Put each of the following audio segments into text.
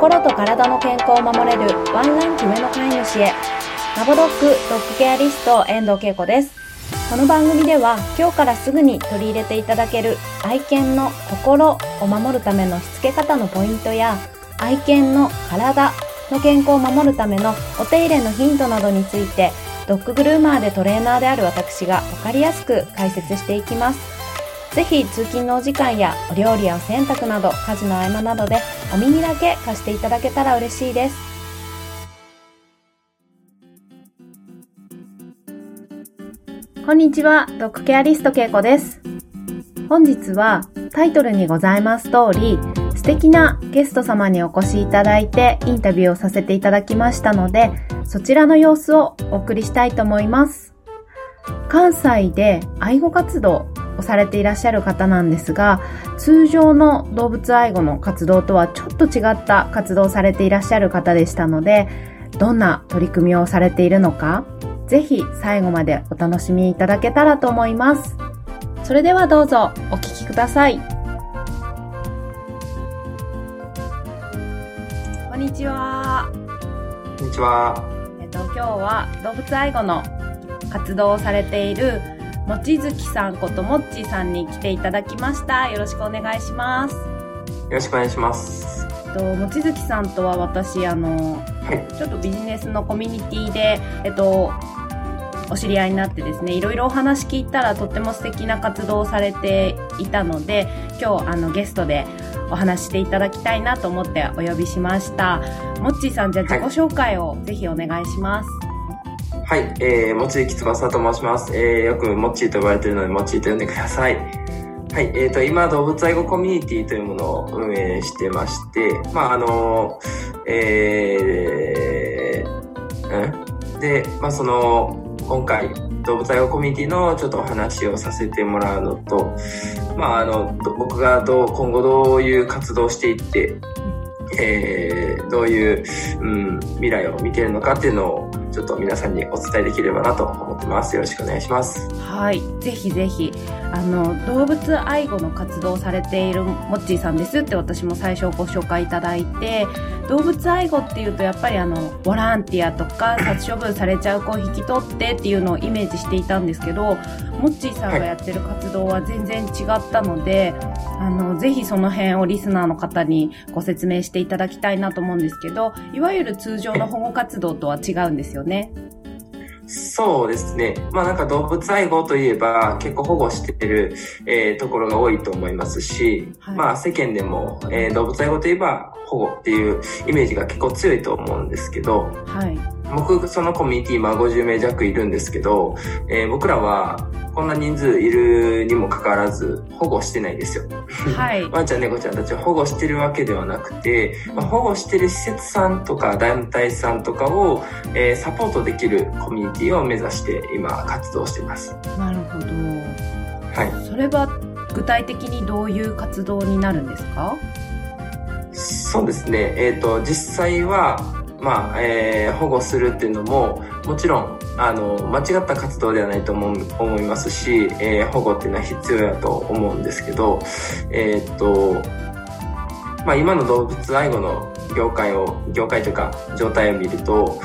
心と体の健康を守れるワンランク上の飼い主へ。ラボドッグドッグケアリスト遠藤恵子です。この番組では今日からすぐに取り入れていただける愛犬の心を守るためのしつけ方のポイントや、愛犬の体の健康を守るためのお手入れのヒントなどについて、ドッググルーマーでトレーナーである私が分かりやすく解説していきます。ぜひ通勤のお時間やお料理やお洗濯など家事の合間などでお耳だけ貸していただけたら嬉しいです。こんにちは、ドッグケアリストけいこです。本日はタイトルにございます通り、素敵なゲスト様にお越しいただいてインタビューをさせていただきましたので、そちらの様子をお送りしたいと思います。関西で愛護活動をされていらっしゃる方なんですが、通常の動物愛護の活動とはちょっと違った活動をされていらっしゃる方でしたので、どんな取り組みをされているのか、ぜひ最後までお楽しみいただけたらと思います。それではどうぞお聞きください。こんにちは。 こんにちは。 今日は動物愛護の活動をされているもちづきさんこともっちーさんに来ていただきました。よろしくお願いします。よろしくお願いします。 もちづきさんとは私ちょっとビジネスのコミュニティでお知り合いになってですね、いろいろお話聞いたらとっても素敵な活動をされていたので、今日ゲストでお話していただきたいなと思ってお呼びしました。もっちーさん、じゃあ自己紹介をぜひお願いします。 はい、もちづき翼と申します。よくもっちーと呼ばれているのでもっちーと呼んでください。はい、今動物愛護コミュニティというものを運営してまして、今回動物愛護コミュニティのちょっとお話をさせてもらうのと、僕が今後どういう活動をしていって、どういう、未来を見ているのかっていうのをちょっと皆さんにお伝えできればなと思ってます。よろしくお願いします。 はい、ぜひぜひ動物愛護の活動をされているもっちーさんですって私も最初ご紹介いただいて、動物愛護っていうとやっぱりボランティアとか殺処分されちゃう子を引き取ってっていうのをイメージしていたんですけど、もっちーさんがやってる活動は全然違ったので、ぜひその辺をリスナーの方にご説明していただきたいなと思うんですけど、いわゆる通常の保護活動とは違うんですよね。 そうですね。動物愛護といえば結構保護してる、ところが多いと思いますし、はい、世間でも、動物愛護といえば保護っていうイメージが結構強いと思うんですけど、はい、僕そのコミュニティ50名弱いるんですけど、僕らはこんな人数いるにもかかわらず保護してないですよ。はい。ワンちゃん猫ちゃんたちを保護してるわけではなくて、保護してる施設さんとか団体さんとかを、サポートできるコミュニティを目指して今活動しています。 なるほど。はい。それは具体的にどういう活動になるんですか？ そうですね。実際は保護するっていうのももちろん間違った活動ではないと思いますし、保護っていうのは必要だと思うんですけど、今の動物愛護の業界というか状態を見ると、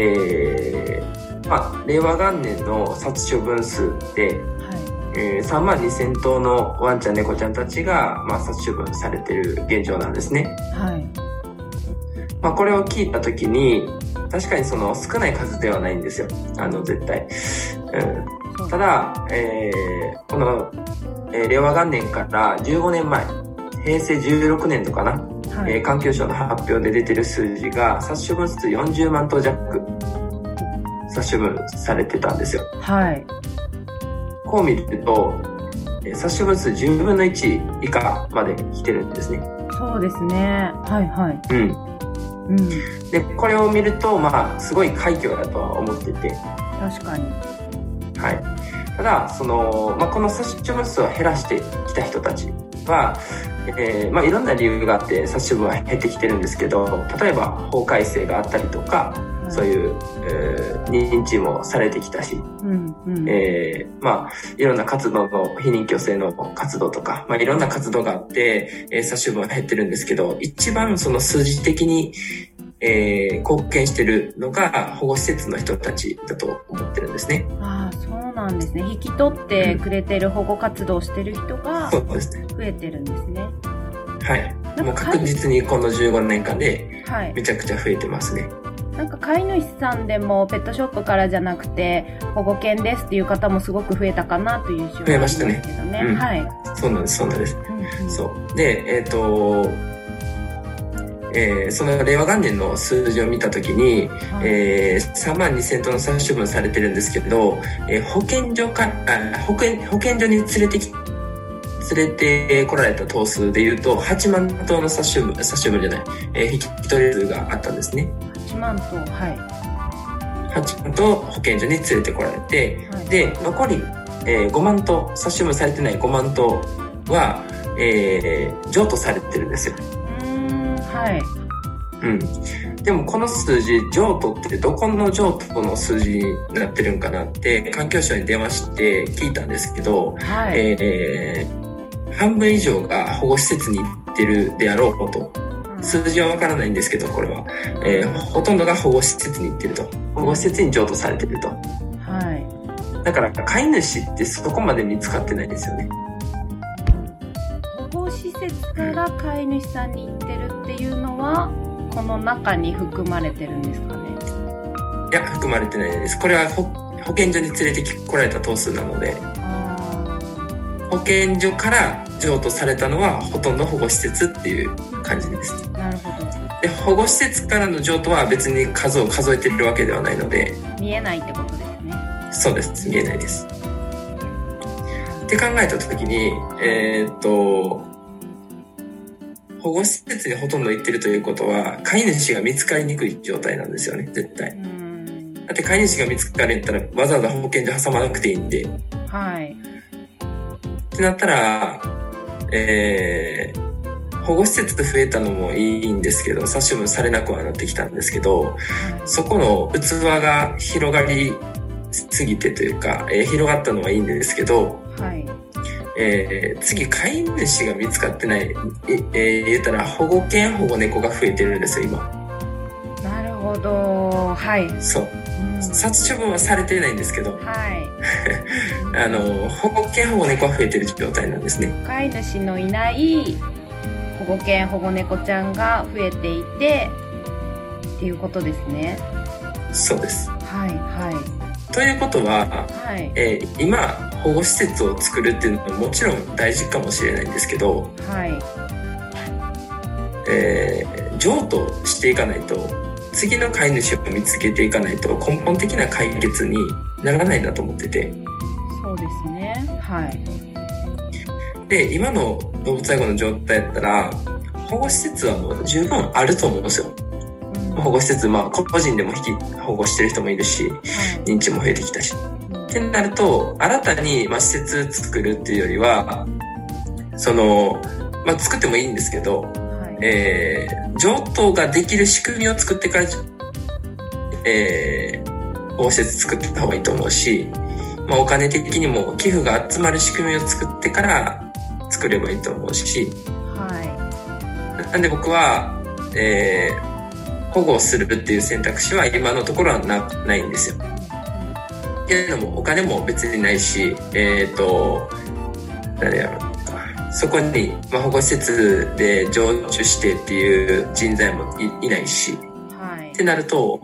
令和元年の殺処分数で、32,000頭のワンちゃん猫ちゃんたちが、殺処分されている現状なんですね。はい。これを聞いたときに確かにその少ない数ではないんですよ。絶対。ただ、この、令和元年から15年前、平成16年度かな、はい、環境省の発表で出てる数字が殺処分数40万頭弱殺処分されてたんですよ。はい。こう見ると殺処分数10分の1以下まで来てるんですね。そうですね。はいはい。でこれを見るとすごい快挙だとは思ってて、確かに、はい、ただこの殺処分数を減らしてきた人たちは、いろんな理由があって殺処分は減ってきてるんですけど、例えば法改正があったりとか、 そういう、認知もされてきたし、まあいろんな活動の非認許性の活動とか、まあいろんな活動があって、殺処分は減ってるんですけど、一番その数字的に、貢献してるのが保護施設の人たちだと思ってるんですね。 ああ、そうなんですね。引き取ってくれてる保護活動をしてる人が増えてるんですね。 はい。もう確実にこの15年間でめちゃくちゃ増えてますね。 なんか飼い主さんでもペットショップからじゃなくて保護犬ですっていう方もすごく増えたかなという印象がありますけどね。 増えましたね。はい。そうなんです、そうなんです。そう。で、その令和元年の数字を見たときに、3万2000頭の殺処分されてるんですけど、保健所に連れてこられた頭数でいうと8万頭の殺処分じゃない、引き取り数があったんですね。 8万頭、はい。 8万頭保健所に連れてこられて、はい、で残り、5万頭殺処分されてない5万頭は、譲渡されてるんですよ。 はい。 でもこの数字、譲渡ってどこの譲渡の数字になってるんかなって環境省に電話して聞いたんですけど、はい、半分以上が保護施設に行ってるであろうと。数字はわからないんですけど、これは、ほとんどが保護施設に行ってると。保護施設に譲渡されてると。はい。だから飼い主ってそこまで見つかってないんですよね。 保護施設から飼い主さんに行ってるっていうのはこの中に含まれてるんですかね。 いや、含まれてないです。これは保健所に連れてこられた頭数なので、保健所から譲渡されたのはほとんど保護施設っていう感じです。 なるほど。 で、保護施設からの譲渡は別に数を数えてるわけではないので、 見えないってことですね。 そうです、見えないです。って考えたときに、保護施設にほとんど行ってるということは飼い主が見つかりにくい状態なんですよね、絶対。だって飼い主が見つかれたらわざわざ保健所挟まなくていいんで、はい。ってなったら、保護施設増えたのもいいんですけど、殺処分されなくはなってきたんですけど、そこの器が広がりすぎてというか、広がったのはいいんですけど、はい。次飼い主が見つかってない、言ったら保護犬保護猫が増えてるんですよ今。 なるほど、はい。 そう、殺処分はされてないんですけど、はい。保護犬保護猫は増えてる状態なんですね。 飼い主のいない保護犬保護猫ちゃんが増えていてっていうことですね。 そうです。 はいはい。 ということは、はい、今保護施設を作るっていうのはもちろん大事かもしれないんですけど、はい、譲渡していかないと次の飼い主を見つけていかないと根本的な解決にならないなと思ってて。そうですね。はい。で、今の動物愛護の状態だったら保護施設はもう十分あると思うんですよ。保護施設、個人でも保護してる人もいるし、認知も増えてきたし。ってなると、新たに、施設作るっていうよりは、作ってもいいんですけど、譲渡ができる仕組みを作ってから、保護施設作ってた方がいいと思うし、お金的にも寄付が集まる仕組みを作ってから作ればいいと思うし、なんで僕は、保護するっていう選択肢は今のところはないんですよ。っていうのもお金も別にないし、誰やろう、そこに、保護施設で常駐してっていう人材も いないし、はい、ってなると、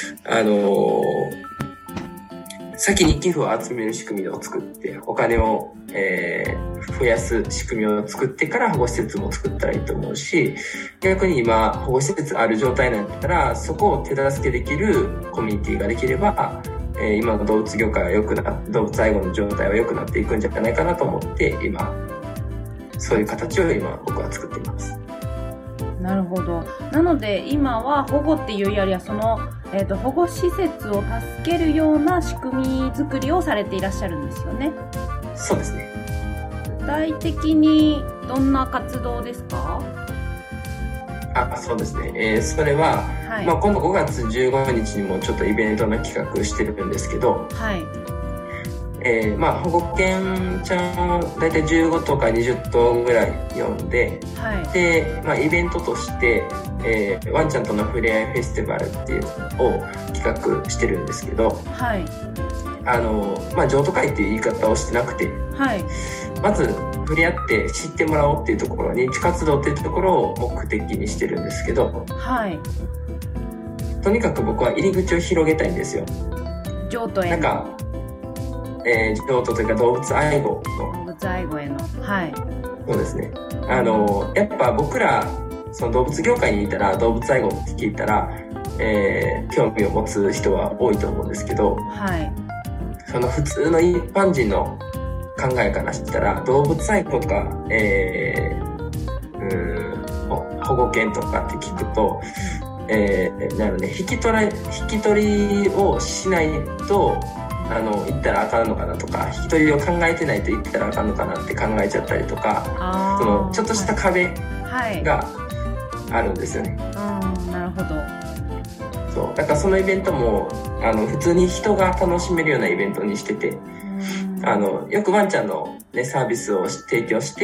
先に寄付を集める仕組みを作って、お金を、増やす仕組みを作ってから保護施設も作ったらいいと思うし、逆に今保護施設ある状態なんだったら、そこを手助けできるコミュニティができれば、今の動物業界は動物愛護の状態は良くなっていくんじゃないかなと思って、今そういう形を今僕は作っています。 なるほど。なので今は保護っていうよりは保護施設を助けるような仕組み作りをされていらっしゃるんですよね。 そうですね。 具体的にどんな活動ですか？ そうですね。それは、はい、今度5月15日にもちょっとイベントの企画してるんですけど、はい。保護犬ちゃんをだいたい15頭か20頭ぐらい呼んで、はい、で、イベントとして、ワンちゃんとの触れ合いフェスティバルっていうのを企画してるんですけど、はい。譲渡会っていう言い方をしてなくて、はい。まず触れ合って知ってもらおうっていうところ、認知活動っていうところを目的にしてるんですけど、はい。とにかく僕は入り口を広げたいんですよ。 譲渡への。 譲渡というか動物愛護の。 動物愛護への。はい。 そうですね。やっぱ僕ら、その動物業界にいたら、動物愛護って聞いたら、興味を持つ人は多いと思うんですけど、はい。その普通の一般人の考えからしたら、動物愛護とか、保護犬とかって聞くと、引き取りをしないと、行ったらあかんのかなとか、引き取りを考えてないと行ったらあかんのかなって考えちゃったりとか、そのちょっとした壁があるんですよね。 なるほど。 そう。だからそのイベントも、普通に人が楽しめるようなイベントにしてて、よくワンちゃんのね、サービスを提供して、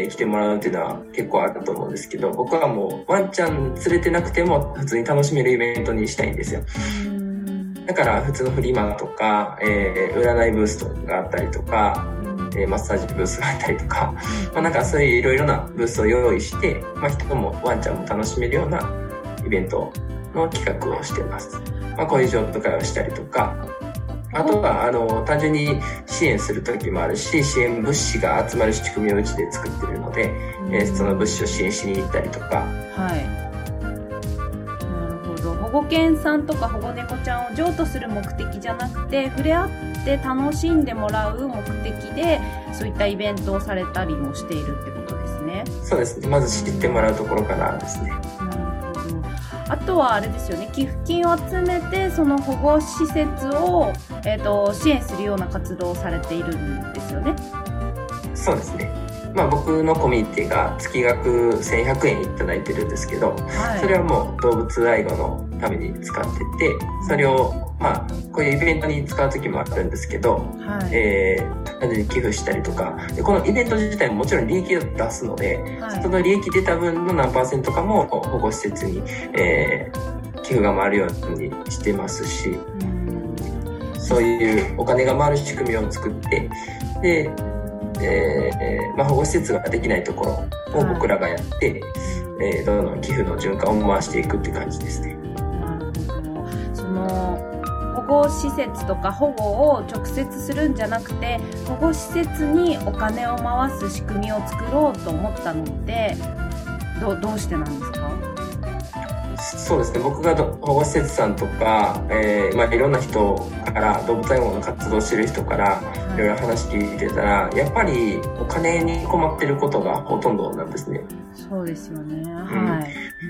来てもらうっていうのは結構あると思うんですけど、僕はもうワンちゃん連れてなくても普通に楽しめるイベントにしたいんですよ。だから普通のフリマとか、占いブースとかがあったりとか、マッサージブースがあったりとか、なんかそういういろいろなブースを用意して、人もワンちゃんも楽しめるようなイベントの企画をしてます。こういう譲渡会をしたりとか、あとは単純に支援する時もあるし、支援物資が集まる仕組みをうちで作ってるので、その物資を支援しに行ったりとか。はい。 保護犬さんとか保護猫ちゃんを譲渡する目的じゃなくて、触れ合って楽しんでもらう目的でそういったイベントをされたりもしているってことですね。 そうですね。まず知ってもらうところからですね。 あとはあれですよね、寄付金を集めてその保護施設を、支援するような活動をされているんですよね。 そうですね。僕のコミュニティが月額1100円いただいてるんですけど、はい、それはもう動物愛護のために使ってて、それをこういうイベントに使う時もあるんですけど、はい、単純に寄付したりとかで、このイベント自体ももちろん利益を出すので、はい、その利益出た分の何%かも保護施設に、寄付が回るようにしてますし、そういうお金が回る仕組みを作って、で保護施設ができないところを僕らがやって、どんどん寄付の循環を回していくって感じですね。 その保護施設とか保護を直接するんじゃなくて、保護施設にお金を回す仕組みを作ろうと思ったのってどうしてなんですか？ そうですね。僕が保護施設さんとか、いろんな人から動物愛護の活動してる人からいろいろ話聞いてたら、やっぱりお金に困ってることがほとんどなんですね。 そうですよね。はい。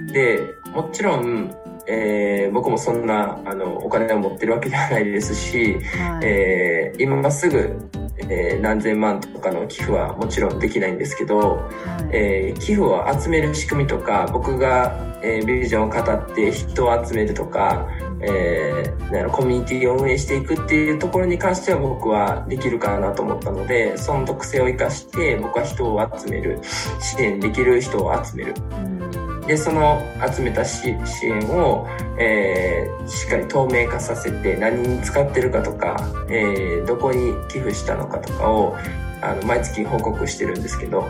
で、もちろん、僕もそんなお金を持ってるわけではないですし、はい、今すぐ何千万とかの寄付はもちろんできないんですけど、はい、寄付を集める仕組みとか、僕が、ビジョンを語って人を集めるとか、コミュニティを運営していくっていうところに関しては僕はできるかなと思ったので、その特性を生かして僕は人を集める、支援できる人を集める。で、その集めた支援を、しっかり透明化させて、何に使ってるかとか、どこに寄付したのかとかを毎月報告してるんですけど、はい、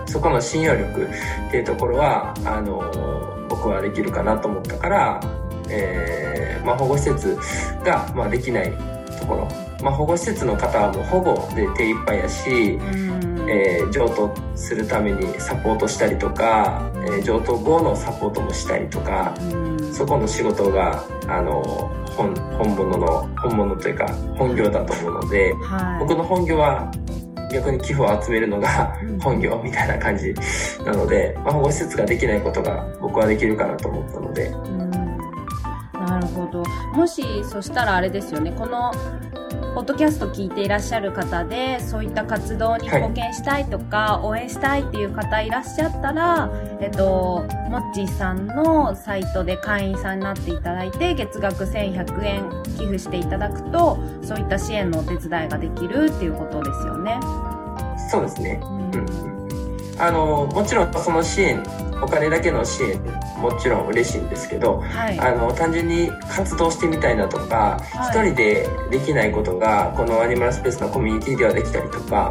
そこの信用力っていうところは僕はできるかなと思ったから、保護施設が、できないところ、保護施設の方はもう保護で手一杯やし、譲渡するためにサポートしたりとか、譲渡後のサポートもしたりとか、そこの仕事が本物というか本業だと思うので、はい、僕の本業は逆に寄付を集めるのが本業みたいな感じなので、保護施設ができないことが僕はできるかなと思ったので。 なるほど。もしそしたらあれですよね、このポッドキャスト聞いていらっしゃる方で、そういった活動に貢献したいとか、応援したいっていう方いらっしゃったら、もっちーさんのサイトで会員さんになっていただいて、月額1100円寄付していただくと、そういった支援のお手伝いができるっていうことですよね。 そうですね。もちろんその支援、お金だけの支援もちろん嬉しいんですけど、単純に活動してみたいなとか、一人でできないことがこのアニマルスペースのコミュニティではできたりとか、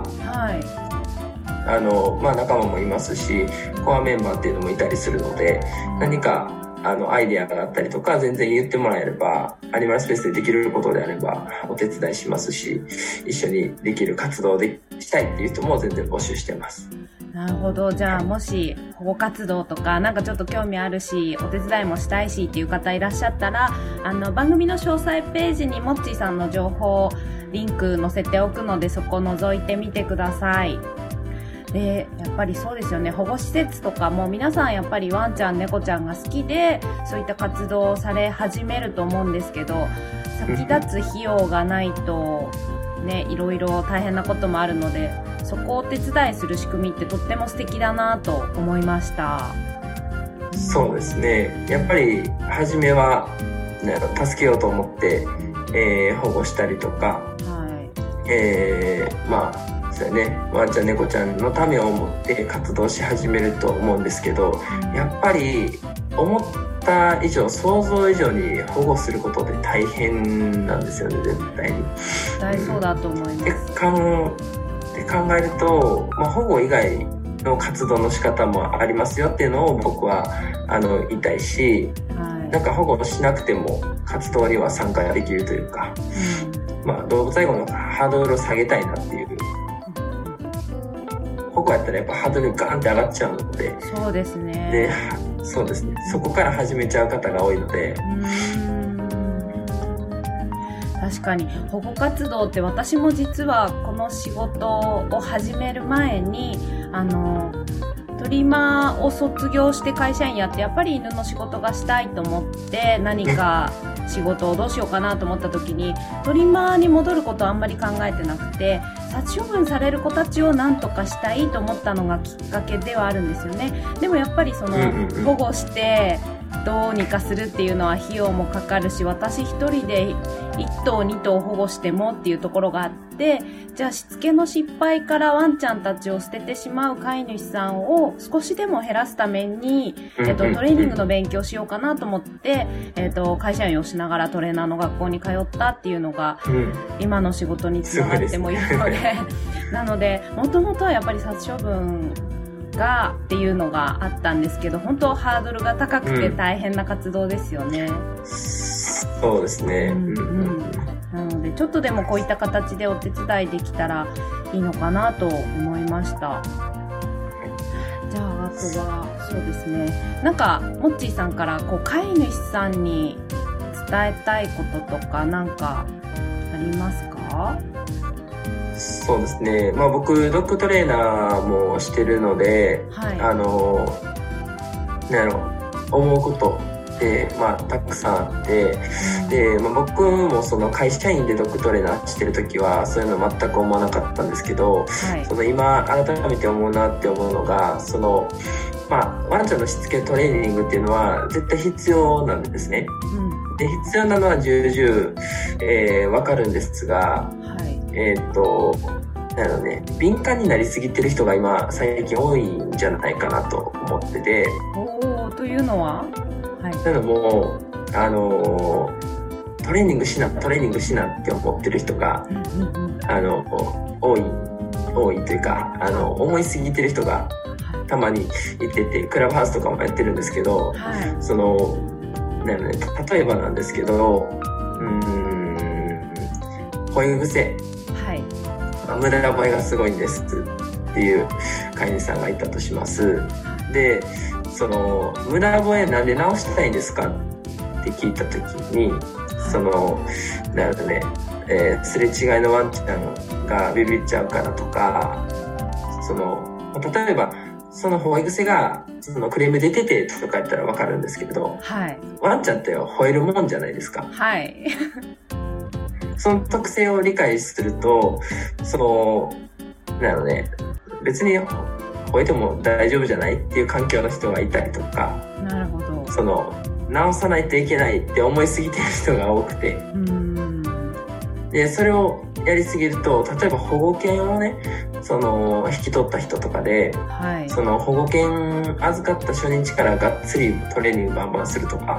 仲間もいますし、コアメンバーっていうのもいたりするので、何かアイデアがあったりとか全然言ってもらえれば、アニマルスペースでできることであればお手伝いしますし、一緒にできる活動でしたいっていう人も全然募集してます。 なるほど。じゃあもし保護活動とかなんかちょっと興味あるし、お手伝いもしたいしっていう方いらっしゃったら、番組の詳細ページにもっちーさんの情報リンク載せておくので、そこ覗いてみてください。で、やっぱりそうですよね。保護施設とかも皆さんやっぱりワンちゃん猫ちゃんが好きで、そういった活動をされ始めると思うんですけど、先立つ費用がないとね、いろいろ大変なこともあるので、そこをお手伝いする仕組みってとっても素敵だなと思いました。 そうですね。やっぱり初めは助けようと思って、保護したりとか、そうね、ワンちゃん猫ちゃんのためを思って活動し始めると思うんですけど、やっぱり思った以上、想像以上に保護することで大変なんですよね、絶対に。 絶対そうだと思います。 って考えると、保護以外の活動の仕方もありますよっていうのを僕は言いたいし、なんか保護しなくても活動には参加できるというか、動物愛護のハードルを下げたいなっていう。保護やったらやっぱハードルガーンって上がっちゃうので。 そうですね。 で、そうですね。そこから始めちゃう方が多いので。 確かに保護活動って私も実はこの仕事を始める前にトリマーを卒業して会社員やって、やっぱり犬の仕事がしたいと思って何か仕事をどうしようかなと思った時に、トリマーに戻ることはあんまり考えてなくて、殺処分される子たちを何とかしたいと思ったのがきっかけではあるんですよね。でもやっぱりその保護してどうにかするっていうのは費用もかかるし、私一人で1頭2頭保護してもっていうところがあって、じゃあしつけの失敗からワンちゃんたちを捨ててしまう飼い主さんを少しでも減らすために、トレーニングの勉強しようかなと思って、会社員をしながらトレーナーの学校に通ったっていうのが、今の仕事につながってもいるので、なのでもともとはやっぱり殺処分がっていうのがあったんですけど、本当ハードルが高くて大変な活動ですよね。 そうですね。 なのでちょっとでもこういった形でお手伝いできたらいいのかなと思いました。じゃああとはそうですね、なんかモッチーさんから飼い主さんに伝えたいこととかなんかありますか？ そうですね。僕ドッグトレーナーもしてるので、思うことってたくさんあって、で、僕もその会社員でドッグトレーナーしてる時はそういうの全く思わなかったんですけど、その今改めて思うなって思うのが、そのワンちゃんのしつけトレーニングっていうのは絶対必要なんですね。で、必要なのは重々、わかるんですが、敏感になりすぎてる人が今最近多いんじゃないかなと思ってて。 というのは、 なのもトレーニングしなって思ってる人が、多いというか思いすぎてる人がたまにいてて、クラブハウスとかもやってるんですけど、例えばなんですけど、吠え癖、無駄吠えがすごいんですっていう飼い主さんがいたとします。で、その無駄吠えなんで直したいんですかって聞いた時に、すれ違いのワンちゃんがビビっちゃうからとか、例えばその吠え癖がクレーム出ててとか言ったら分かるんですけど、ワンちゃんって吠えるもんじゃないですか。 その特性を理解すると、別に吠えても大丈夫じゃないっていう環境の人がいたりとか、 なるほど。 直さないといけないって思いすぎてる人が多くて、でそれをやりすぎると、例えば保護犬をね、引き取った人とかで、はい、保護犬預かった初日からがっつりトレーニングバンバンするとか、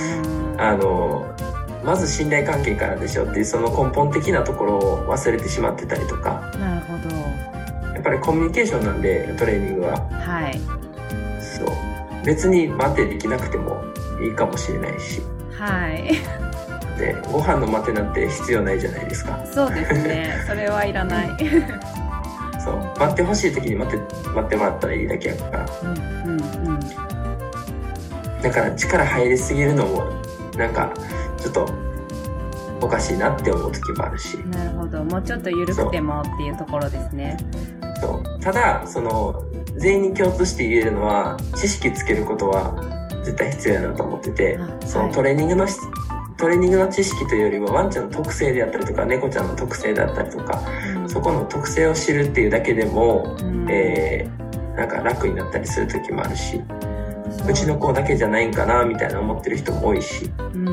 まず信頼関係からでしょっていうその根本的なところを忘れてしまってたりとか。 なるほど。 やっぱりコミュニケーションなんでトレーニングは、 はい、 そう別に待てできなくてもいいかもしれないし、 はい。 でご飯の待てなんて必要ないじゃないですか。 そうですね。それはいらない。 そう待ってほしい時に待ってもらったらいいだけやから。だから力入りすぎるのもなんかちょっとおかしいなって思う時もあるし。 なるほど。もうちょっと緩くてもっていうところですね。 そうただ全員に共通して言えるのは、知識つけることは絶対必要やなと思ってて、トレーニングの知識というよりはワンちゃんの特性であったりとか猫ちゃんの特性であったりとか、そこの特性を知るっていうだけでも、なんか楽になったりする時もあるし、うちの子だけじゃないんかなみたいな思ってる人も多いし、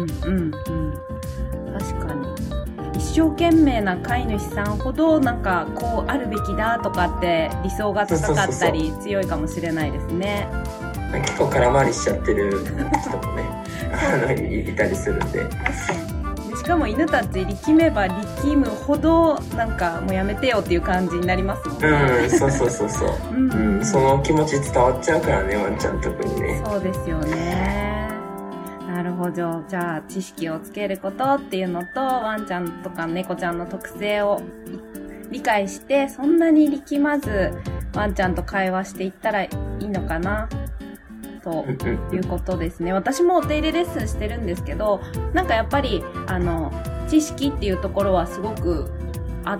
確かに一生懸命な飼い主さんほどなんかこうあるべきだとかって理想が高かったり強いかもしれないですね。 結構空回りしちゃってる人もねいたりするんで。 しかも犬たち力めば力むほどなんかもうやめてよっていう感じになりますもんね。 そうその気持ち伝わっちゃうからね、ワンちゃん特にね。 そうですよね。なるほど。じゃあ知識をつけることっていうのと、ワンちゃんとか猫ちゃんの特性を理解して、そんなに力まずワンちゃんと会話していったらいいのかなということですね。私もお手入れレッスンしてるんですけど、なんかやっぱり知識っていうところはすごくあって、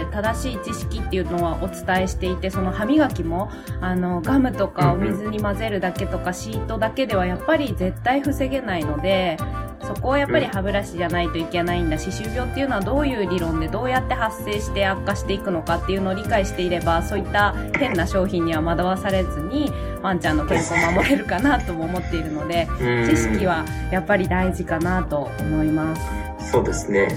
正しい知識っていうのはお伝えしていて、その歯磨きもガムとかお水に混ぜるだけとかシートだけではやっぱり絶対防げないので、そこをやっぱり歯ブラシじゃないといけないんだ。歯周病っていうのはどういう理論でどうやって発生して悪化していくのかっていうのを理解していれば、そういった変な商品には惑わされずにワンちゃんの健康を守れるかなとも思っているので、知識はやっぱり大事かなと思います。 そうですね。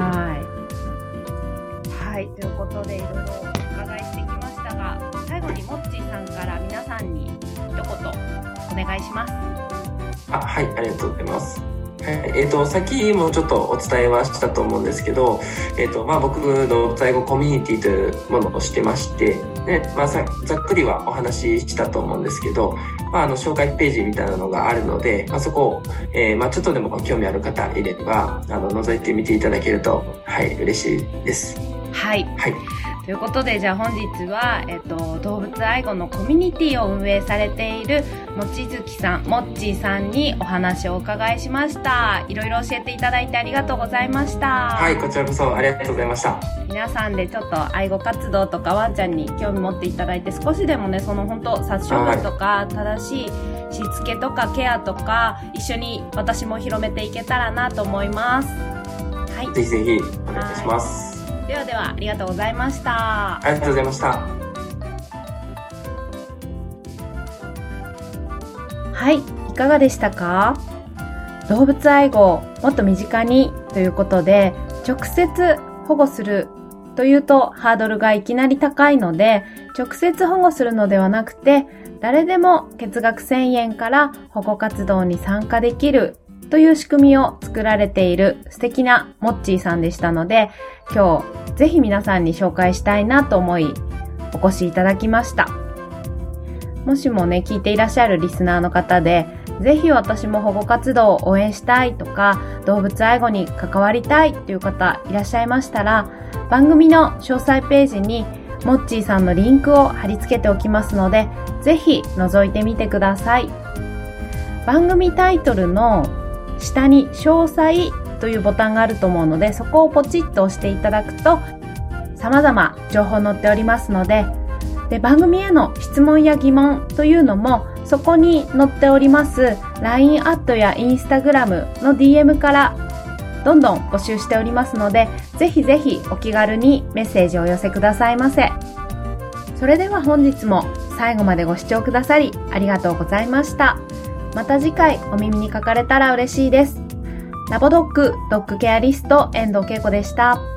はい、ということでいろいろお伺いしてきましたが、最後にモッチーさんから皆さんに一言お願いします。 はい、ありがとうございます。さっきもちょっとお伝えはしたと思うんですけど、僕動物愛護コミュニティというものをしてまして、ざっくりはお話ししたと思うんですけど、紹介ページみたいなのがあるので、そこを、ちょっとでも興味ある方いれば覗いてみていただけると、嬉しいです。はい。 ということで、じゃあ本日は、動物愛護のコミュニティを運営されているもちづきさん、もっちーさんにお話をお伺いしました。いろいろ教えていただいてありがとうございました。 はい、こちらこそありがとうございました。 皆さんでちょっと愛護活動とかワンちゃんに興味持っていただいて、少しでもね、本当殺処分とか、正しいしつけとかケアとか、一緒に私も広めていけたらなと思います。はい。 ぜひぜひお願いします。 ではありがとうございました。 ありがとうございました。 はい、いかがでしたか？動物愛護をもっと身近にということで、直接保護するというとハードルがいきなり高いので、直接保護するのではなくて、誰でも月額1000円から保護活動に参加できるという仕組みを作られている素敵なモッチーさんでしたので、今日ぜひ皆さんに紹介したいなと思いお越しいただきました。もしもね、聞いていらっしゃるリスナーの方で、ぜひ私も保護活動を応援したいとか、動物愛護に関わりたいという方いらっしゃいましたら、番組の詳細ページにモッチーさんのリンクを貼り付けておきますので、ぜひ覗いてみてください。番組タイトルの下に詳細というボタンがあると思うので、そこをポチッと押していただくと様々情報載っておりますので、番組への質問や疑問というのもそこに載っております LINE アットや Instagram の DM からどんどん募集しておりますので、ぜひぜひお気軽にメッセージをお寄せくださいませ。それでは本日も最後までご視聴くださりありがとうございました。また次回お耳にかかれたら嬉しいです。ラボドッグドッグケアリスト遠藤恵子でした。